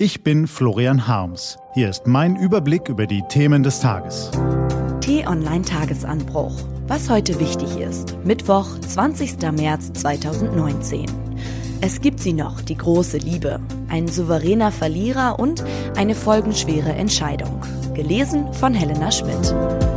Ich bin Florian Harms. Hier ist mein Überblick über die Themen des Tages. T-Online-Tagesanbruch. Was heute wichtig ist. Mittwoch, 20. März 2019. Es gibt sie noch, die große Liebe. Ein souveräner Verlierer und eine folgenschwere Entscheidung. Gelesen von Helena Schmidt.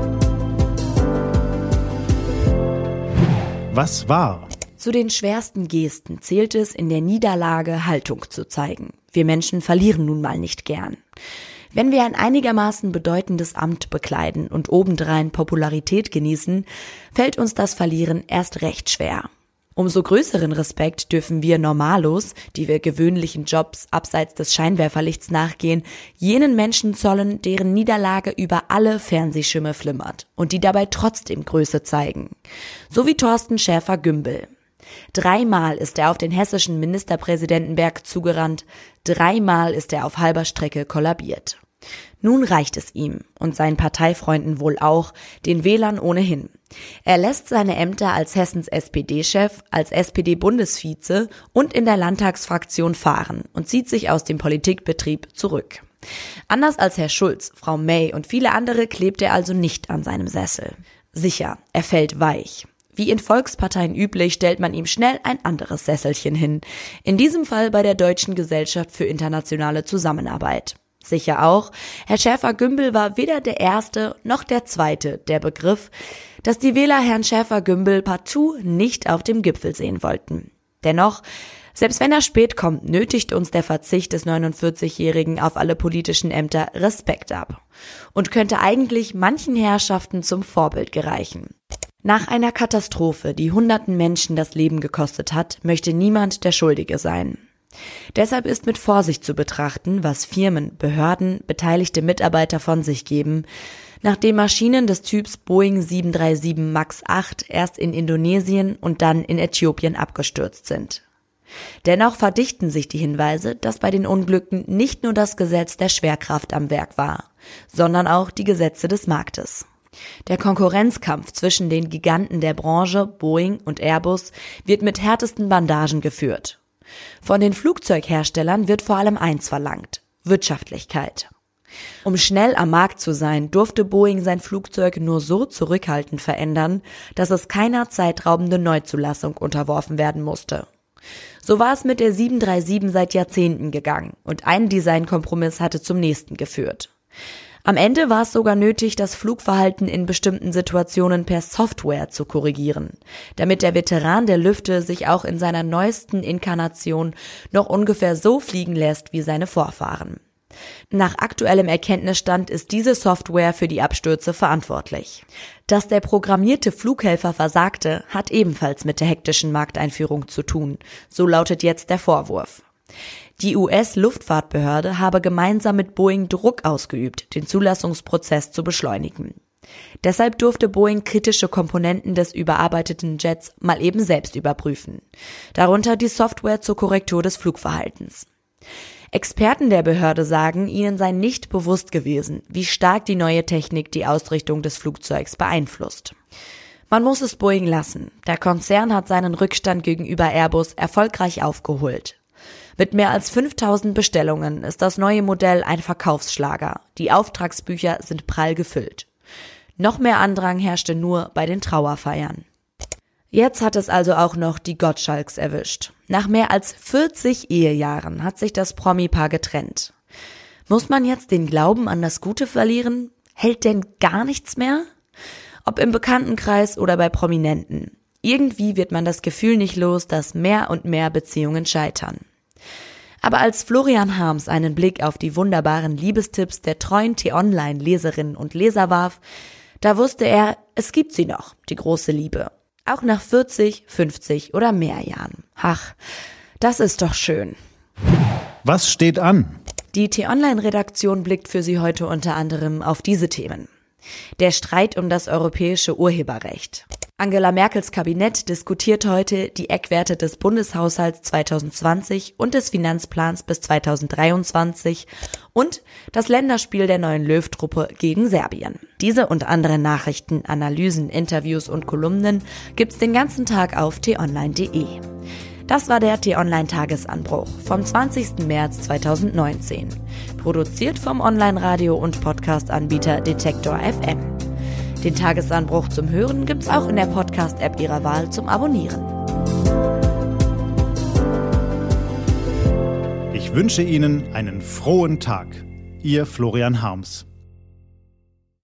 Was war? Zu den schwersten Gesten zählt es, in der Niederlage Haltung zu zeigen. Wir Menschen verlieren nun mal nicht gern. Wenn wir ein einigermaßen bedeutendes Amt bekleiden und obendrein Popularität genießen, fällt uns das Verlieren erst recht schwer. Umso größeren Respekt dürfen wir Normalos, die wir gewöhnlichen Jobs abseits des Scheinwerferlichts nachgehen, jenen Menschen zollen, deren Niederlage über alle Fernsehschirme flimmert und die dabei trotzdem Größe zeigen. So wie Thorsten Schäfer-Gümbel. 3-mal ist er auf den hessischen Ministerpräsidentenberg zugerannt, 3-mal ist er auf halber Strecke kollabiert. Nun reicht es ihm und seinen Parteifreunden wohl auch, den Wählern ohnehin. Er lässt seine Ämter als Hessens SPD-Chef, als SPD-Bundesvize und in der Landtagsfraktion fahren und zieht sich aus dem Politikbetrieb zurück. Anders als Herr Schulz, Frau May und viele andere klebt er also nicht an seinem Sessel. Sicher, er fällt weich. Wie in Volksparteien üblich stellt man ihm schnell ein anderes Sesselchen hin. In diesem Fall bei der Deutschen Gesellschaft für internationale Zusammenarbeit. Sicher auch, Herr Schäfer-Gümbel war weder der Erste noch der Zweite, der Begriff, dass die Wähler Herrn Schäfer-Gümbel partout nicht auf dem Gipfel sehen wollten. Dennoch, selbst wenn er spät kommt, nötigt uns der Verzicht des 49-Jährigen auf alle politischen Ämter Respekt ab und könnte eigentlich manchen Herrschaften zum Vorbild gereichen. Nach einer Katastrophe, die hunderten Menschen das Leben gekostet hat, möchte niemand der Schuldige sein. Deshalb ist mit Vorsicht zu betrachten, was Firmen, Behörden, beteiligte Mitarbeiter von sich geben, nachdem Maschinen des Typs Boeing 737 MAX 8 erst in Indonesien und dann in Äthiopien abgestürzt sind. Dennoch verdichten sich die Hinweise, dass bei den Unglücken nicht nur das Gesetz der Schwerkraft am Werk war, sondern auch die Gesetze des Marktes. Der Konkurrenzkampf zwischen den Giganten der Branche, Boeing und Airbus, wird mit härtesten Bandagen geführt. Von den Flugzeugherstellern wird vor allem eins verlangt: Wirtschaftlichkeit. Um schnell am Markt zu sein, durfte Boeing sein Flugzeug nur so zurückhaltend verändern, dass es keiner zeitraubenden Neuzulassung unterworfen werden musste. So war es mit der 737 seit Jahrzehnten gegangen und ein Designkompromiss hatte zum nächsten geführt. Am Ende war es sogar nötig, das Flugverhalten in bestimmten Situationen per Software zu korrigieren, damit der Veteran der Lüfte sich auch in seiner neuesten Inkarnation noch ungefähr so fliegen lässt wie seine Vorfahren. Nach aktuellem Erkenntnisstand ist diese Software für die Abstürze verantwortlich. Dass der programmierte Flughelfer versagte, hat ebenfalls mit der hektischen Markteinführung zu tun, so lautet jetzt der Vorwurf. Die US-Luftfahrtbehörde habe gemeinsam mit Boeing Druck ausgeübt, den Zulassungsprozess zu beschleunigen. Deshalb durfte Boeing kritische Komponenten des überarbeiteten Jets mal eben selbst überprüfen. Darunter die Software zur Korrektur des Flugverhaltens. Experten der Behörde sagen, ihnen sei nicht bewusst gewesen, wie stark die neue Technik die Ausrichtung des Flugzeugs beeinflusst. Man muss es Boeing lassen. Der Konzern hat seinen Rückstand gegenüber Airbus erfolgreich aufgeholt. Mit mehr als 5000 Bestellungen ist das neue Modell ein Verkaufsschlager. Die Auftragsbücher sind prall gefüllt. Noch mehr Andrang herrschte nur bei den Trauerfeiern. Jetzt hat es also auch noch die Gottschalks erwischt. Nach mehr als 40 Ehejahren hat sich das Promi-Paar getrennt. Muss man jetzt den Glauben an das Gute verlieren? Hält denn gar nichts mehr? Ob im Bekanntenkreis oder bei Prominenten. Irgendwie wird man das Gefühl nicht los, dass mehr und mehr Beziehungen scheitern. Aber als Florian Harms einen Blick auf die wunderbaren Liebestipps der treuen T-Online-Leserinnen und Leser warf, da wusste er, es gibt sie noch, die große Liebe. Auch nach 40, 50 oder mehr Jahren. Ach, das ist doch schön. Was steht an? Die T-Online-Redaktion blickt für Sie heute unter anderem auf diese Themen. Der Streit um das europäische Urheberrecht. Angela Merkels Kabinett diskutiert heute die Eckwerte des Bundeshaushalts 2020 und des Finanzplans bis 2023 und das Länderspiel der neuen Löw-Truppe gegen Serbien. Diese und andere Nachrichten, Analysen, Interviews und Kolumnen gibt's den ganzen Tag auf t-online.de. Das war der T-Online-Tagesanbruch vom 20. März 2019. Produziert vom Online-Radio- und Podcast-Anbieter Detektor FM. Den Tagesanbruch zum Hören gibt's auch in der Podcast-App Ihrer Wahl zum Abonnieren. Ich wünsche Ihnen einen frohen Tag. Ihr Florian Harms.